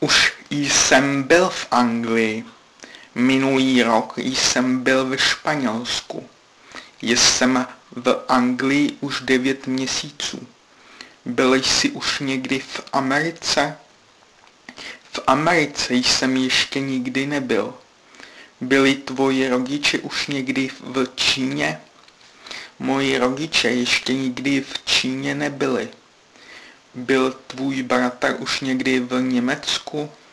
Už jsem byl v Anglii. Minulý rok jsem byl ve Španělsku. Jsem v Anglii už 9 měsíců. Byl jsi už někdy v Americe? V Americe jsem ještě nikdy nebyl. Byli tvoji rodiče už někdy v Číně? Moji rodiče ještě nikdy v Číně nebyli. Byl tvůj bratr už někdy v Německu?